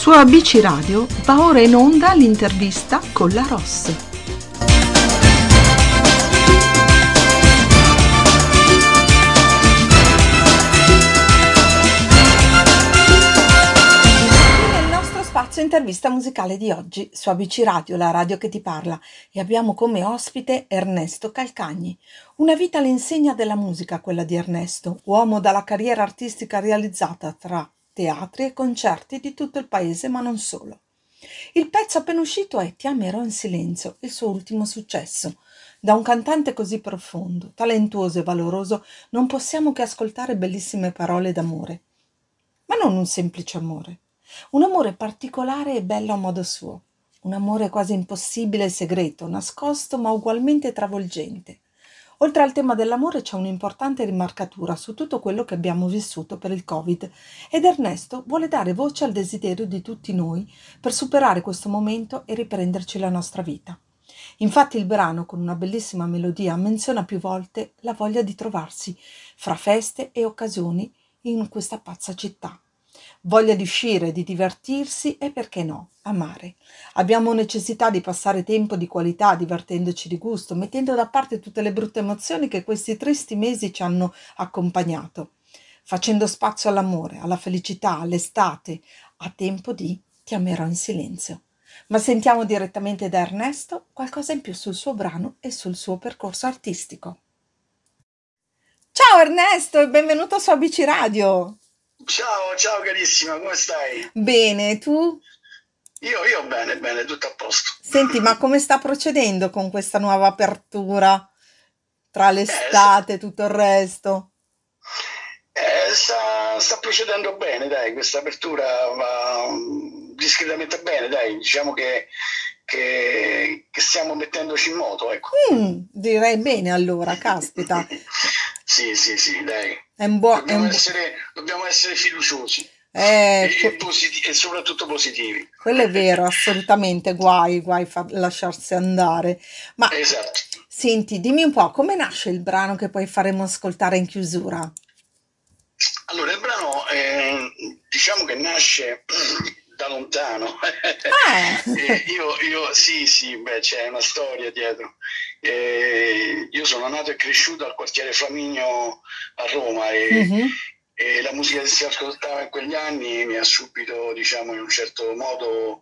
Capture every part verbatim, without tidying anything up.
Su A B C Radio va ora in onda l'intervista con la Ross. Nel nostro spazio intervista musicale di oggi su A B C Radio, la radio che ti parla, e abbiamo come ospite Ernesto Calcagni. Una vita all'insegna della musica quella di Ernesto, uomo dalla carriera artistica realizzata tra teatri e concerti di tutto il paese, ma non solo. Il pezzo appena uscito è Ti amerò in silenzio, il suo ultimo successo. Da un cantante così profondo, talentuoso e valoroso non possiamo che ascoltare bellissime parole d'amore. Ma non un semplice amore, un amore particolare e bello a modo suo, un amore quasi impossibile e segreto, nascosto ma ugualmente travolgente. Oltre al tema dell'amore c'è un'importante rimarcatura su tutto quello che abbiamo vissuto per il Covid ed Ernesto vuole dare voce al desiderio di tutti noi per superare questo momento e riprenderci la nostra vita. Infatti il brano, con una bellissima melodia, menziona più volte la voglia di trovarsi fra feste e occasioni in questa pazza città. Voglia di uscire, di divertirsi e, perché no, amare. Abbiamo necessità di passare tempo di qualità, divertendoci di gusto, mettendo da parte tutte le brutte emozioni che questi tristi mesi ci hanno accompagnato, facendo spazio all'amore, alla felicità, all'estate, a tempo di Ti amerò in silenzio. Ma sentiamo direttamente da Ernesto qualcosa in più sul suo brano e sul suo percorso artistico. Ciao Ernesto e benvenuto su A B C Radio. Ciao, ciao carissima, come stai? Bene, tu? Io, io bene, bene, tutto a posto. Senti, ma come sta procedendo con questa nuova apertura tra l'estate e tutto il resto? Eh, sta, sta procedendo bene, dai, questa apertura va mm, discretamente bene, dai, diciamo che, che, che stiamo mettendoci in moto, ecco. Mm, direi bene allora, caspita. Sì, sì, sì, dai. È un buon... Dobbiamo, essere, dobbiamo essere fiduciosi eh, e, e, positi- e soprattutto positivi. Quello è vero, assolutamente, guai, guai far lasciarsi andare. Ma esatto. Senti, dimmi un po', come nasce il brano che poi faremo ascoltare in chiusura? Allora, il brano eh, diciamo che nasce da lontano. Ah. eh, io, io sì, sì, beh, c'è una storia dietro. Eh, io sono nato e cresciuto al quartiere Flaminio a Roma e, mm-hmm. e la musica che si ascoltava in quegli anni mi ha subito, diciamo, in un certo modo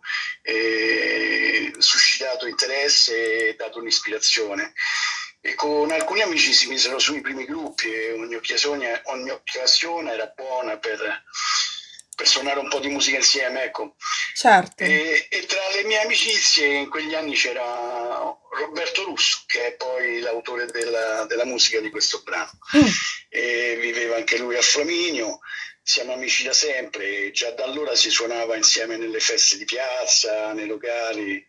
eh, suscitato interesse e dato un'ispirazione. E con alcuni amici si misero sui primi gruppi e ogni occasione, ogni occasione era buona per, per suonare un po' di musica insieme, ecco. Certo. E, e tra le mie amicizie in quegli anni c'era Roberto Russo, che è poi l'autore della, della musica di questo brano. Mm. E viveva anche lui a Flaminio, siamo amici da sempre, già da allora si suonava insieme nelle feste di piazza, nei locali.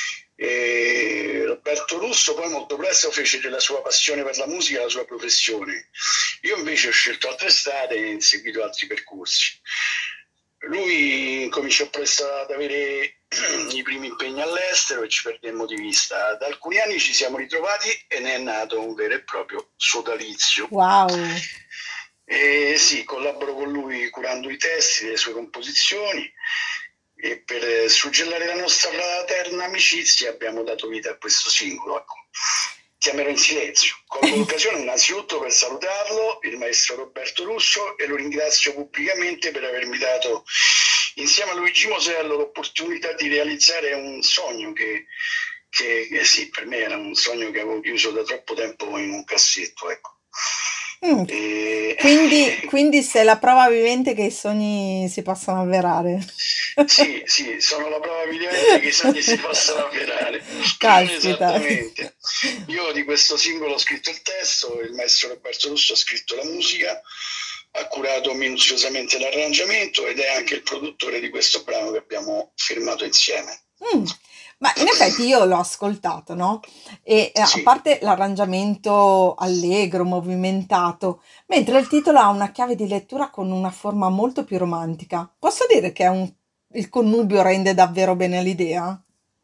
E Roberto Russo poi molto presto fece della sua passione per la musica la sua professione. Io invece ho scelto altre strade e inseguito altri percorsi. Lui cominciò presto ad avere i primi impegni all'estero e ci perdemmo di vista. Da alcuni anni ci siamo ritrovati e ne è nato un vero e proprio sodalizio. Wow! E sì, collaboro con lui curando i testi delle sue composizioni. E per suggellare la nostra fraterna amicizia abbiamo dato vita a questo singolo. Ecco. Ti amerò in silenzio. Colgo l'occasione innanzitutto per salutarlo, il maestro Roberto Russo, e lo ringrazio pubblicamente per avermi dato, insieme a Luigi Mosello, l'opportunità di realizzare un sogno che, che, che sì, per me era un sogno che avevo chiuso da troppo tempo in un cassetto. Ecco. Mm. E... Quindi, quindi sei la prova vivente che i sogni si possano avverare. Sì, sì, sono la prova vivente che i sogni si possano avverare. Caspita. Esattamente. Io di questo singolo ho scritto il testo, il maestro Roberto Russo ha scritto la musica, ha curato minuziosamente l'arrangiamento ed è anche il produttore di questo brano che abbiamo firmato insieme. Mm. Ma in effetti io l'ho ascoltato, no? E sì. A parte l'arrangiamento allegro, movimentato, mentre il titolo ha una chiave di lettura con una forma molto più romantica. Posso dire che è un... il connubio rende davvero bene l'idea? Beh,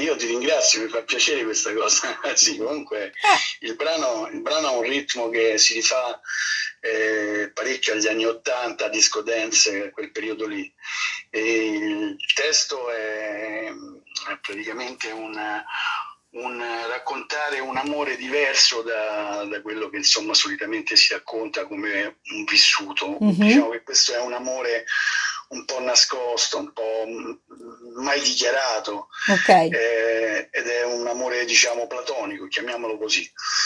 io ti ringrazio, mi fa piacere questa cosa. Sì, comunque Eh, il brano, il brano ha un ritmo che si rifà eh, parecchio agli anni Ottanta, disco dance, quel periodo lì. E il testo è, è praticamente un, un raccontare un amore diverso da, da quello che insomma solitamente si racconta come un vissuto. Diciamo mhm, che questo è un amore un po' nascosto, un po' mai dichiarato, ok, eh, ed è un amore diciamo platonico, chiamiamolo così.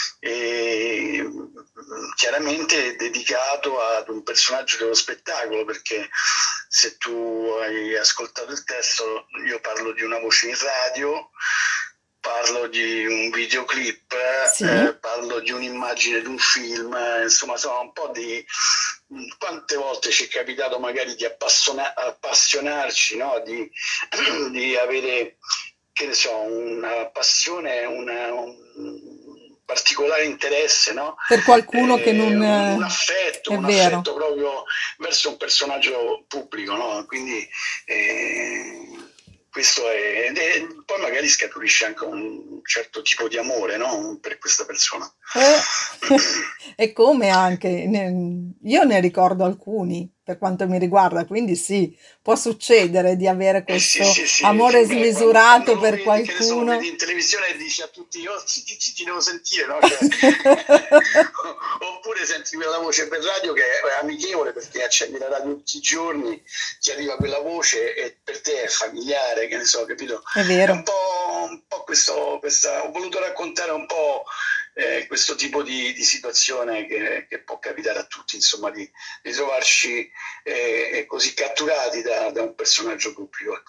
E chiaramente dedicato ad un personaggio dello spettacolo, perché se tu hai ascoltato il testo, io parlo di una voce in radio, parlo di un videoclip, sì, eh, parlo di un'immagine di un film, eh, insomma sono un po' di... Quante volte ci è capitato magari di appassiona- appassionarci, no? di, di avere, che ne so, una passione, una, un particolare interesse, no? per qualcuno che Eh, non... un, un eh, affetto, è un vero. affetto proprio verso un personaggio pubblico, no? Quindi eh, questo è, ed è- poi magari scaturisce anche un certo tipo di amore, no? Per questa persona. Eh, e come anche, ne- io ne ricordo alcuni per quanto mi riguarda, quindi sì, può succedere di avere Eh sì, questo sì, sì, amore beh, quando, quando smisurato lo per vedi, che ne so, lo vedi qualcuno. in televisione e dici a tutti, io ti, ti- ti devo sentire, no? Cioè, oppure senti quella voce per radio che è amichevole perché accendi la radio tutti i giorni, ti arriva quella voce e per te è familiare, che ne so, capito? È È un vero. po', un po' questo, questa, ho voluto raccontare un po' eh, questo tipo di, di situazione che, che può capitare a tutti, insomma, di, di trovarci eh, così catturati da, da un personaggio pubblico. Ecco.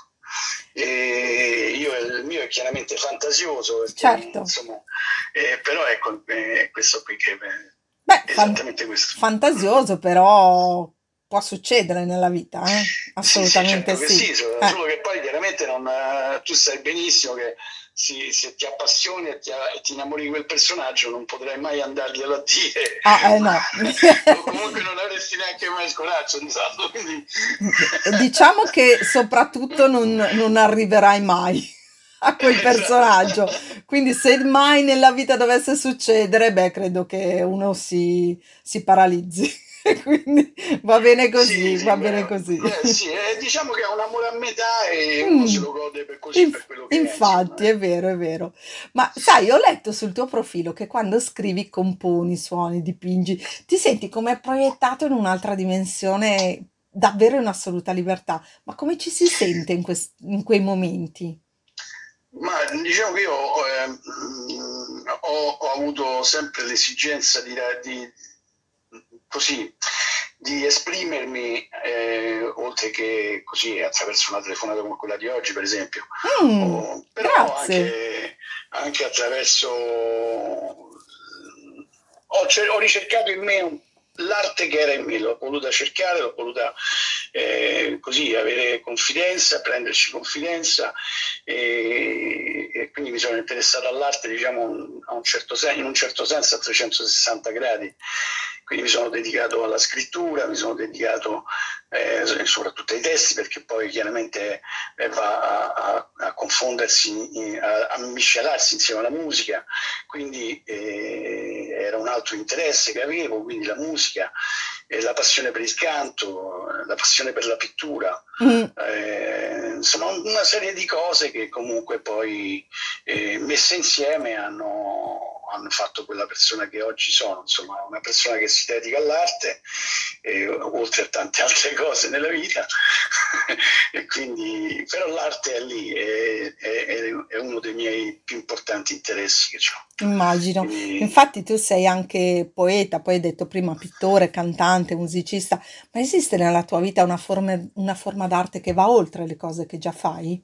E io, il mio è chiaramente fantasioso, perché Certo. insomma, eh, però ecco, è questo qui che Beh, è fan- esattamente questo. fantasioso, però può succedere nella vita, eh? Sì, sì, Assolutamente certo che sì. sì, so- Eh, solo che poi chiaramente non, eh, tu sai benissimo che si- se ti appassioni e ti, e ti innamori di quel personaggio non potrai mai andarglielo a dire, ah, eh no. o comunque non avresti neanche mai il coraggio di farlo, quindi... Diciamo che soprattutto non, non arriverai mai a quel Esatto. personaggio. Quindi se mai nella vita dovesse succedere, beh, credo che uno si, si paralizzi. Quindi va bene Sì, così, sì, va bene beh, così. beh, sì, eh, diciamo che è un amore a metà e uno se Mm, lo gode per così per inf- quello che è, insomma. infatti, è vero, è vero. Ma sai, ho letto sul tuo profilo che quando scrivi, componi, suoni, dipingi, ti senti come proiettato in un'altra dimensione, davvero in assoluta libertà. Ma come ci si sente in, quest- in quei momenti? Ma diciamo che io eh, mh, ho, ho avuto sempre l'esigenza di, di- così, di esprimermi, eh, oltre che così attraverso una telefonata come quella di oggi, per esempio, Mm, o- però grazie. anche, anche attraverso... Ho, cer- ho ricercato in me un- l'arte che era in me, l'ho voluta cercare, l'ho voluta eh, così avere confidenza, prenderci confidenza e, e quindi mi sono interessato all'arte, diciamo, a un certo sen- in un certo senso a trecentosessanta gradi. Quindi mi sono dedicato alla scrittura, mi sono dedicato eh, soprattutto ai testi, perché poi chiaramente eh, va a, a, a confondersi, a, a miscelarsi insieme alla musica, quindi eh, era un altro interesse che avevo, quindi la musica, eh, la passione per il canto, la passione per la pittura, Mm. eh, insomma una serie di cose che comunque poi eh, messe insieme hanno, hanno fatto quella persona che oggi sono, insomma una persona che si dedica all'arte, eh, oltre a tante altre cose nella vita, e quindi però l'arte è lì, è, è, è uno dei miei più importanti interessi che ho. Immagino. Quindi, Infatti tu sei anche poeta, poi hai detto prima pittore, cantante, musicista, ma esiste nella tua vita una forma, una forma d'arte che va oltre le cose che già fai?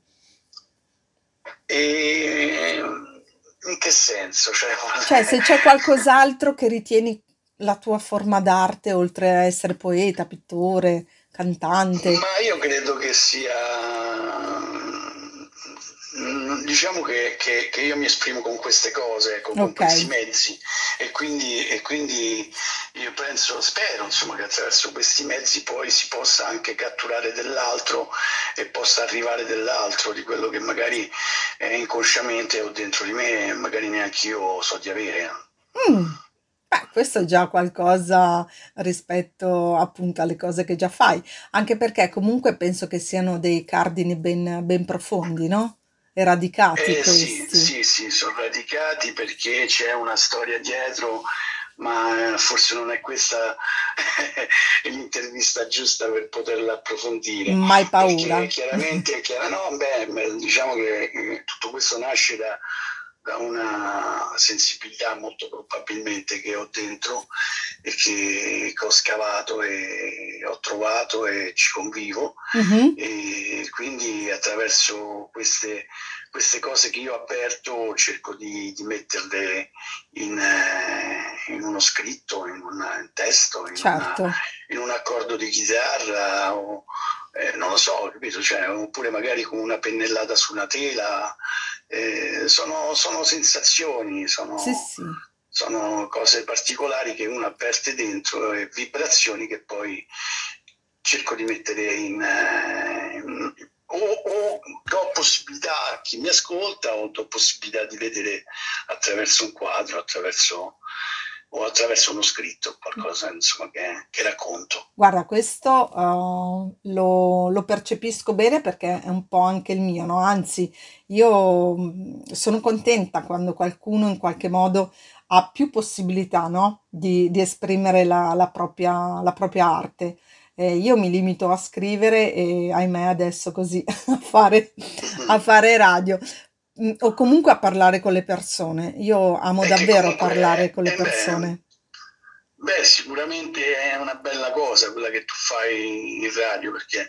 e, in che senso? Cioè, Cioè, se c'è qualcos'altro che ritieni la tua forma d'arte, oltre a essere poeta, pittore, cantante. ma io credo che sia Mm, Diciamo che, che- che io mi esprimo con queste cose, con, con Ok. questi mezzi e quindi, e quindi io penso, spero insomma che attraverso questi mezzi poi si possa anche catturare dell'altro e possa arrivare dell'altro di quello che magari eh, inconsciamente ho dentro di me e magari neanche io so di avere. Mm. Beh, questo è già qualcosa rispetto appunto alle cose che già fai, anche perché comunque penso che siano dei cardini ben, ben profondi, no? E radicati Eh sì, questi. sì, sì, sono radicati perché c'è una storia dietro, ma forse non è questa l'intervista giusta per poterla approfondire, Mai paura. perché chiaramente, chiara- no, beh, beh, diciamo che eh, tutto questo nasce da, da una sensibilità molto probabilmente che ho dentro e che, che ho scavato e ho trovato e ci convivo Mhm. e quindi attraverso queste, queste cose che io avverto cerco di, di metterle in, eh, in uno scritto, in un testo, in, una, Certo. in un accordo di chitarra o eh, non lo so, capito? Cioè, oppure magari con una pennellata su una tela. Eh, sono, sono sensazioni, Sì, sono, sì. sono cose particolari che uno avverte dentro e vibrazioni che poi cerco di mettere in, eh, in- o, o do possibilità a chi mi ascolta o do possibilità di vedere attraverso un quadro, attraverso, o attraverso uno scritto, qualcosa insomma che, che racconto. Guarda, questo eh, lo, lo percepisco bene perché è un po' anche il mio, no? Anzi, io mh, sono contenta quando qualcuno in qualche modo ha più possibilità, no? Di, di esprimere la, la propria, la propria arte. Eh, io mi limito a scrivere e ahimè adesso così a fare, a fare radio. Mm, o comunque a parlare con le persone. Io amo E che davvero comunque, parlare con le eh beh, persone. beh, sicuramente è una bella cosa quella che tu fai in radio perché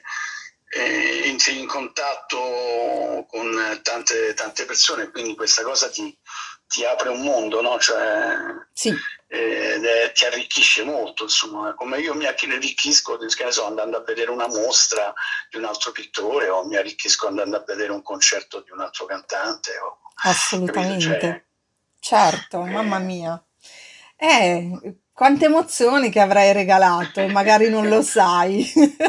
eh, sei in contatto con tante, tante persone, quindi questa cosa ti, ti apre un mondo, no? Cioè, Sì. eh, eh, ti arricchisce molto, insomma, come io mi arricchisco, che ne so, andando a vedere una mostra di un altro pittore o mi arricchisco andando a vedere un concerto di un altro cantante, o, capito? Cioè, Assolutamente. Certo, mamma eh, mia. Eh, quante emozioni che avrai regalato e magari non lo sai.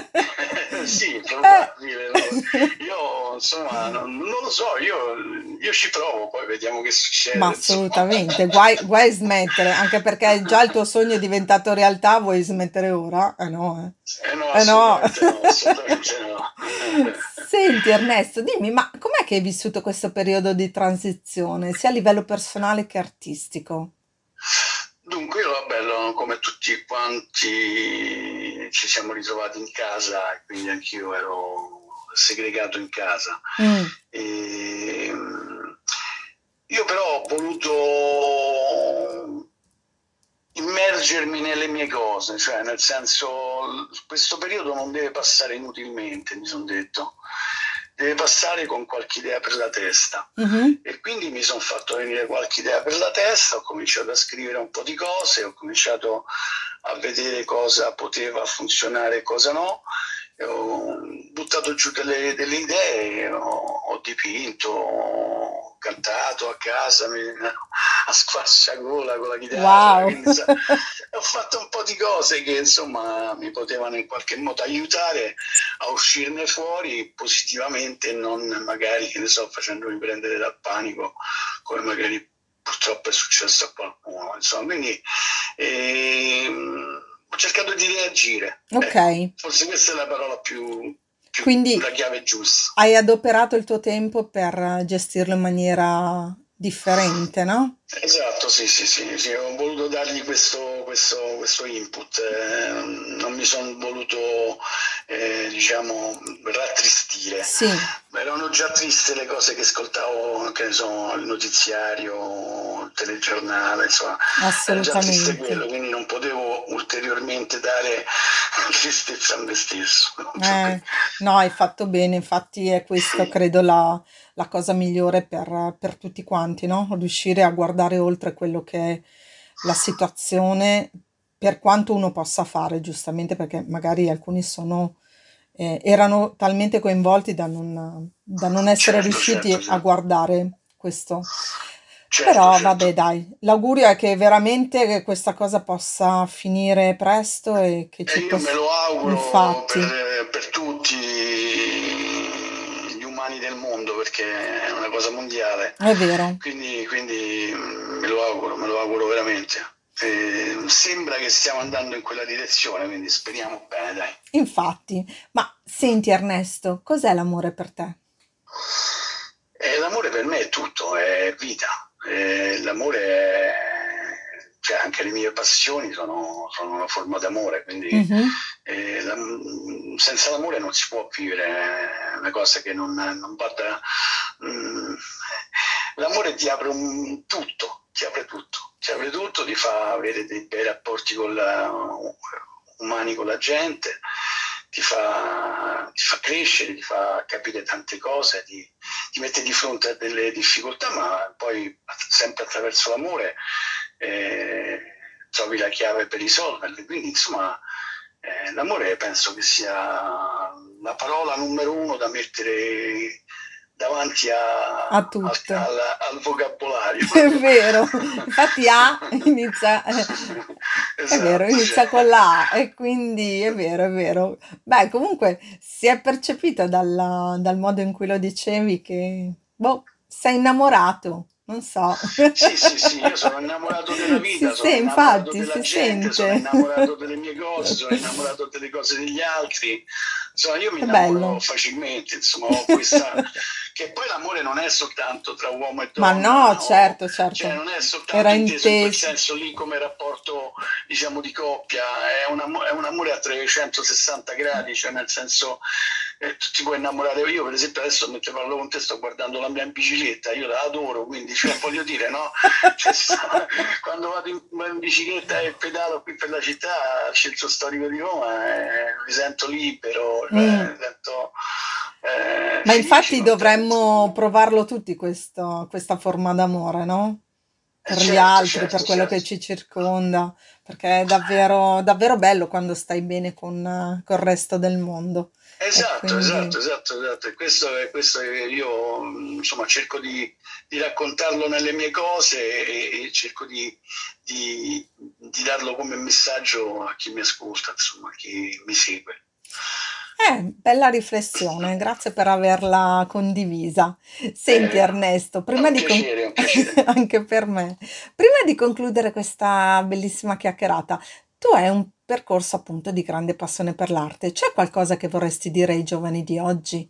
sì, Eh. probabile. No? Io insomma non, non lo so, io, io ci provo, poi vediamo che Ma succede. Insomma. assolutamente, guai, guai smettere, anche perché già il tuo sogno è diventato realtà, vuoi smettere ora? Eh no, Eh no, eh. Eh no. assolutamente no, assolutamente no. Senti Ernesto, dimmi, ma com'è che hai vissuto questo periodo di transizione, sia a livello personale che artistico? Dunque, io vabbè, lo- come tutti quanti ci siamo ritrovati in casa e quindi anch'io ero segregato in casa. Mm, E, mm, io però ho voluto immergermi nelle mie cose, cioè nel senso questo periodo non deve passare inutilmente, mi sono detto, deve passare con qualche idea per la testa. mhm. E quindi mi sono fatto venire qualche idea per la testa, ho cominciato a scrivere un po' di cose, ho cominciato a vedere cosa poteva funzionare e cosa no, e ho buttato giù delle, delle idee, ho, ho dipinto, ho cantato a casa mi- a squarciagola con la chitarra, Wow. quindi sa- ho fatto un po' di cose che insomma mi potevano in qualche modo aiutare a uscirne fuori positivamente e non magari, che ne so, facendomi prendere dal panico, come magari purtroppo è successo a qualcuno. Insomma, quindi ehm, ho cercato di reagire. Ok, Ecco, forse questa è la parola più, più quindi la chiave giusta. hai adoperato il tuo tempo per gestirlo in maniera differente, no? Esatto, sì, sì, sì, sì, ho voluto dargli questo, questo, questo input, eh, non mi sono voluto, eh, diciamo, rattristire. Sì, Erano già triste le cose che ascoltavo, che ne so, il notiziario, il telegiornale, insomma, era già triste assolutamente. quello, quindi non potevo ulteriormente dare tristezza a me stesso. Eh, no, hai fatto bene, infatti è questo, credo, la, la cosa migliore per, per tutti quanti, no? Riuscire a guardare oltre quello che è la situazione, per quanto uno possa fare, giustamente, perché magari alcuni sono eh, erano talmente coinvolti da non, da non essere Certo, certo, riusciti a certo, guardare questo. certo, Però certo. vabbè, dai, l'augurio è che veramente questa cosa possa finire presto e che E ci io me possa... lo auguro Infatti, per, per tutti gli umani del mondo perché è una cosa mondiale, è vero. quindi, quindi mm, me lo auguro, me lo auguro veramente. E sembra che stiamo andando in quella direzione, quindi speriamo bene, dai. Infatti, ma senti Ernesto, cos'è l'amore per te? E l'amore per me è tutto, è vita. E l'amore è... cioè anche le mie passioni sono, sono una forma d'amore, quindi Mhm. eh, la- senza l'amore non si può vivere, è una cosa che non, non basta. mm, L'amore ti apre un, tutto, ti apre tutto, ti apre tutto, ti fa avere dei bei rapporti con la, umani con la gente, ti fa, ti fa crescere, ti fa capire tante cose, ti, ti mette di fronte a delle difficoltà, ma poi sempre attraverso l'amore eh, trovi la chiave per risolverle. Quindi, insomma, eh, l'amore penso che sia la parola numero uno da mettere davanti a, A al, tutto. al, al vocabolario. È vero, infatti A inizia, eh, è vero, Esatto, cioè, inizia con la A e quindi è vero, è vero. Beh, comunque si è percepito dalla- dal modo in cui lo dicevi che, boh, sei innamorato, non so. sì, sì, sì, io sono innamorato della Sì, vita, sì, sono innamorato infatti, della si gente, sono sente. innamorato delle mie cose, sono innamorato delle cose degli altri. Insomma, io mi Che innamoro bello. facilmente, insomma, ho questa... che poi l'amore non è soltanto tra uomo e Ma no, donna, o... certo, cioè certo. non è Era soltanto inteso in quel inteso. senso lì come rapporto, diciamo, di coppia, è un, amo- è un amore a trecentosessanta gradi, cioè nel senso eh, tu ti puoi innamorare. Io, per esempio, adesso mentre parlo con te sto guardando la mia bicicletta, io la adoro, quindi cioè, voglio dire, no? Cioè, sta- quando vado in, in bicicletta e pedalo qui per la città, al centro storico di Roma, eh, mi sento libero, cioè, Mm. mi sento eh, Ma felice, infatti contento. dovremmo provarlo tutti questo, questa forma d'amore, no? Eh, Per gli certo, altri, per certo, quello che certo. ci circonda, perché è davvero, davvero bello quando stai bene con, eh, col resto del mondo. E Esatto, quindi esatto, esatto, esatto. E questo è questo è io mh, insomma cerco di, di raccontarlo nelle mie cose e, e cerco di, di- di darlo come messaggio a chi mi ascolta, insomma, a chi mi segue. Eh, bella riflessione, grazie per averla condivisa. Senti Eh, Ernesto, è prima un di con- piacere, è un piacere. anche per me, prima di concludere questa bellissima chiacchierata, tu hai un percorso appunto di grande passione per l'arte. C'è qualcosa che vorresti dire ai giovani di oggi?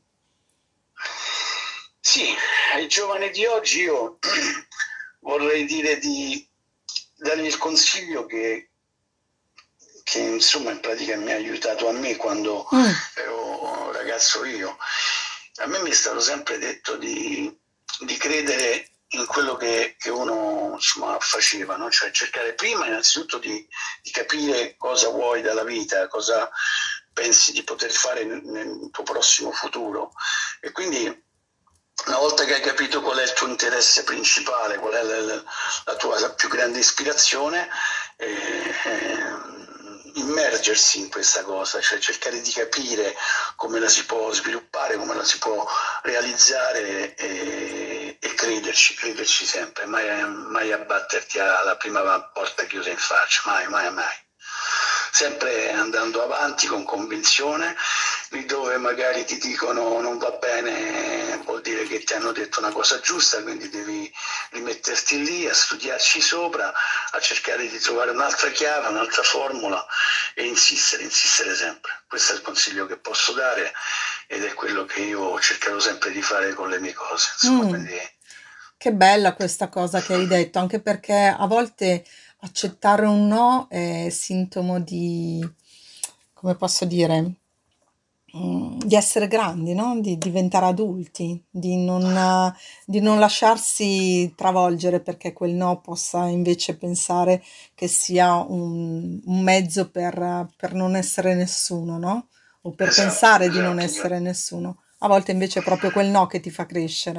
Sì, ai giovani di oggi io vorrei dire di dargli il consiglio che, che insomma in pratica mi ha aiutato a me quando Mm, ero ragazzo io. A me mi è stato sempre detto di, di credere in quello che, che uno insomma, faceva, no? Cioè cercare prima innanzitutto di, di capire cosa vuoi dalla vita, cosa pensi di poter fare nel, nel tuo prossimo futuro. E quindi una volta che hai capito qual è il tuo interesse principale, qual è la, la tua più grande ispirazione, eh, eh, immergersi in questa cosa, cioè cercare di capire come la si può sviluppare, come la si può realizzare e, e crederci, crederci sempre, mai, mai abbatterti alla prima porta chiusa in faccia, mai, mai, mai. Sempre andando avanti con convinzione, lì dove magari ti dicono non va bene vuol dire che ti hanno detto una cosa giusta, quindi devi rimetterti lì a studiarci sopra, a cercare di trovare un'altra chiave, un'altra formula e insistere, insistere sempre. Questo è il consiglio che posso dare ed è quello che io ho cercato sempre di fare con le mie cose. Insomma, mm. quindi Che bella questa cosa che hai detto, anche perché a volte accettare un no è sintomo di, come posso dire, mm, di essere grandi, no? Di diventare adulti, di non, eh, di non lasciarsi travolgere perché quel no possa invece pensare che sia un, un mezzo per, per non essere nessuno, no? O per esatto, pensare di non esatto, esatto. essere nessuno. A volte invece è proprio quel no che ti fa crescere.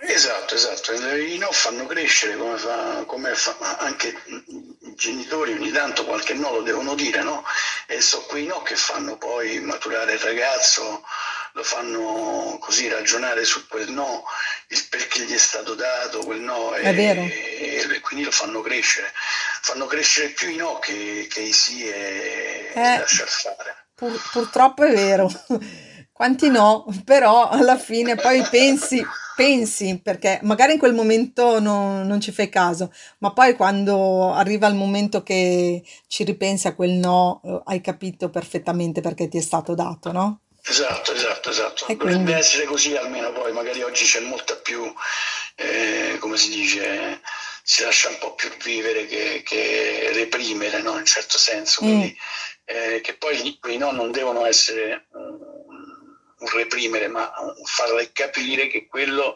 Esatto, esatto, i no fanno crescere come fa, come fa anche i genitori ogni tanto qualche no lo devono dire, no? E so quei no che fanno poi maturare il ragazzo, lo fanno così ragionare su quel no, il perché gli è stato dato quel no È vero. e, e quindi lo fanno crescere, fanno crescere più i no che, che i sì e Eh, lasciar fare. pur- purtroppo è vero. Quanti no, però alla fine poi pensi, pensi, perché magari in quel momento non, non ci fai caso, ma poi quando arriva il momento che ci ripensi a quel no, eh, hai capito perfettamente perché ti è stato dato, no? Esatto, esatto, esatto. E Dovrebbe quindi, essere così almeno poi, magari oggi c'è molta più, eh, come si dice, si lascia un po' più vivere che, che reprimere, no? In un certo senso, mm, quindi eh, che poi quei no non devono essere un, un reprimere, ma un farle capire che quello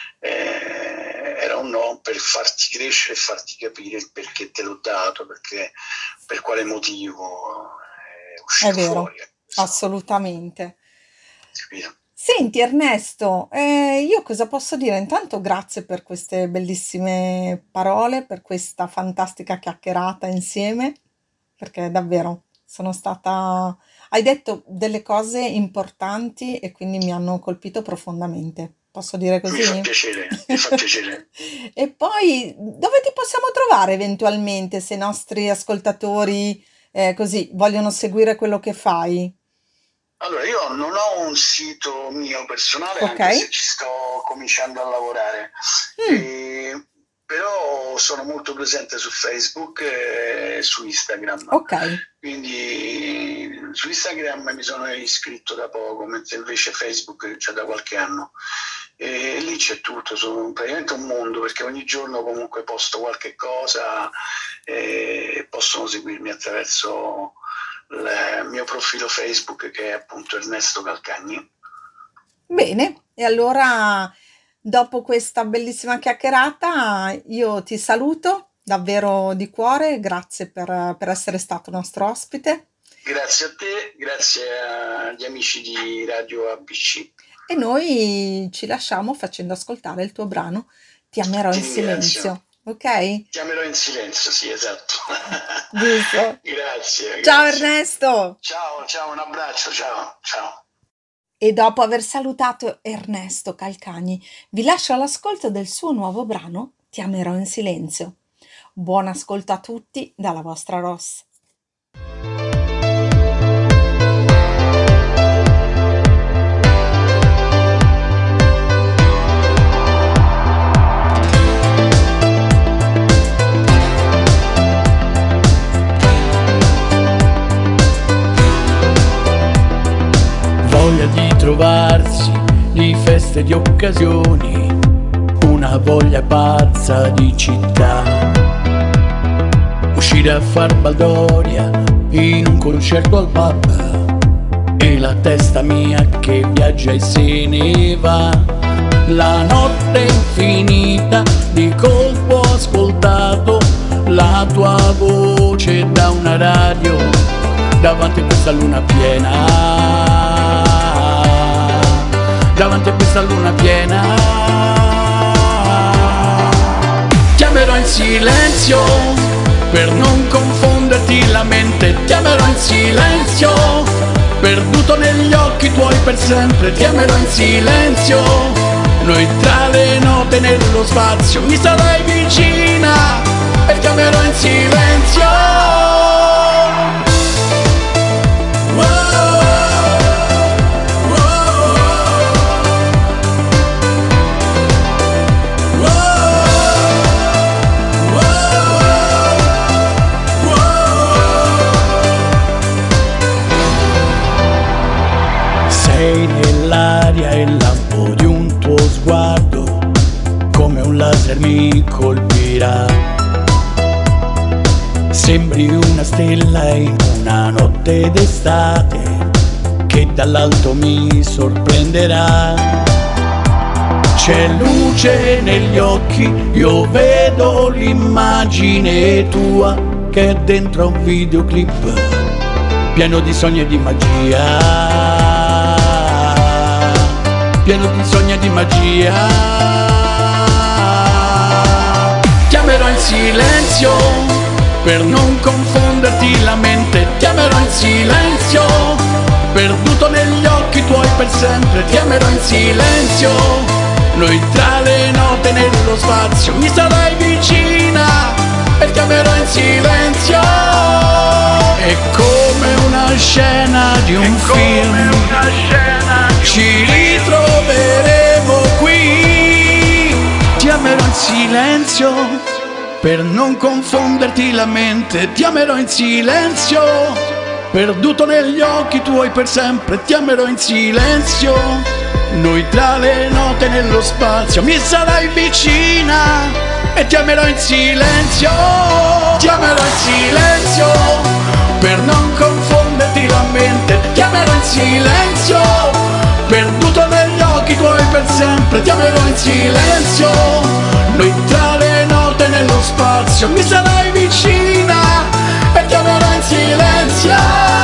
eh, era un no per farti crescere e farti capire il perché te l'ho dato, perché, per quale motivo è è uscito vero, fuori. Insomma, assolutamente. capito? Senti Ernesto, eh, io cosa posso dire? Intanto grazie per queste bellissime parole, per questa fantastica chiacchierata insieme, perché davvero sono stata... Hai detto delle cose importanti e quindi mi hanno colpito profondamente. Posso dire Mi fa così? piacere, mi fa piacere. E poi dove ti possiamo trovare eventualmente se i nostri ascoltatori, eh, così vogliono seguire quello che fai? Allora, io non ho un sito mio personale, Ok? anche se ci sto cominciando a lavorare, Mm, e- però sono molto presente su Facebook e su Instagram. ok. Quindi su Instagram mi sono iscritto da poco, mentre invece Facebook già da qualche anno. E lì c'è tutto, sono praticamente un mondo perché ogni giorno comunque posto qualche cosa e possono seguirmi attraverso il mio profilo Facebook che è appunto Ernesto Calcagni. Bene, e allora dopo questa bellissima chiacchierata io ti saluto davvero di cuore, grazie per, per essere stato nostro ospite Grazie a te, grazie agli amici di Radio A B C. e noi ci lasciamo facendo ascoltare il tuo brano Ti amerò Ti in ringrazio. silenzio, ok? Chiamerò in silenzio, sì, esatto. Giusto. Grazie, Ciao grazie. Ernesto! Ciao, ciao, un abbraccio, ciao, ciao. E dopo aver salutato Ernesto Calcagni, vi lascio all'ascolto del suo nuovo brano Ti amerò in silenzio. Buon ascolto a tutti dalla vostra Ross. Voglia di trovarsi, di feste, di occasioni, una voglia pazza di città. Uscire a far baldoria in un concerto al pub e la testa mia che viaggia e se ne va. La notte infinita di colpo ho ascoltato la tua voce da una radio davanti a questa luna piena. Davanti a questa luna piena chiamerò in silenzio per non confonderti la mente. Chiamerò in silenzio perduto negli occhi tuoi per sempre. Chiamerò in silenzio noi tra le note nello spazio. Mi sarai vicina e chiamerò in silenzio. Sei nell'aria e il lampo di un tuo sguardo come un laser mi colpirà. Sembri una stella in una notte d'estate che dall'alto mi sorprenderà. C'è luce negli occhi, io vedo l'immagine tua che è dentro un videoclip pieno di sogni e di magia. Pieno di sogni e di magia. in silenzio per non confonderti la mente, ti amerò in silenzio, perduto negli occhi tuoi per sempre, ti amerò in silenzio, noi tra le note nello spazio, mi sarai vicina e ti amerò in silenzio. È come una scena di un film, ci ritroveremo qui, ti amerò in silenzio per non confonderti la mente, ti amerò in silenzio, perduto negli occhi tuoi per sempre, ti amerò in silenzio, noi tra le note nello spazio, mi sarai vicina e ti amerò in silenzio, ti amerò in silenzio, per non confonderti la mente, ti amerò in silenzio, perduto negli occhi tuoi per sempre, ti amerò in silenzio, noi tra le note nello spazio, mi sarai vicina e ti amerò in silenzio.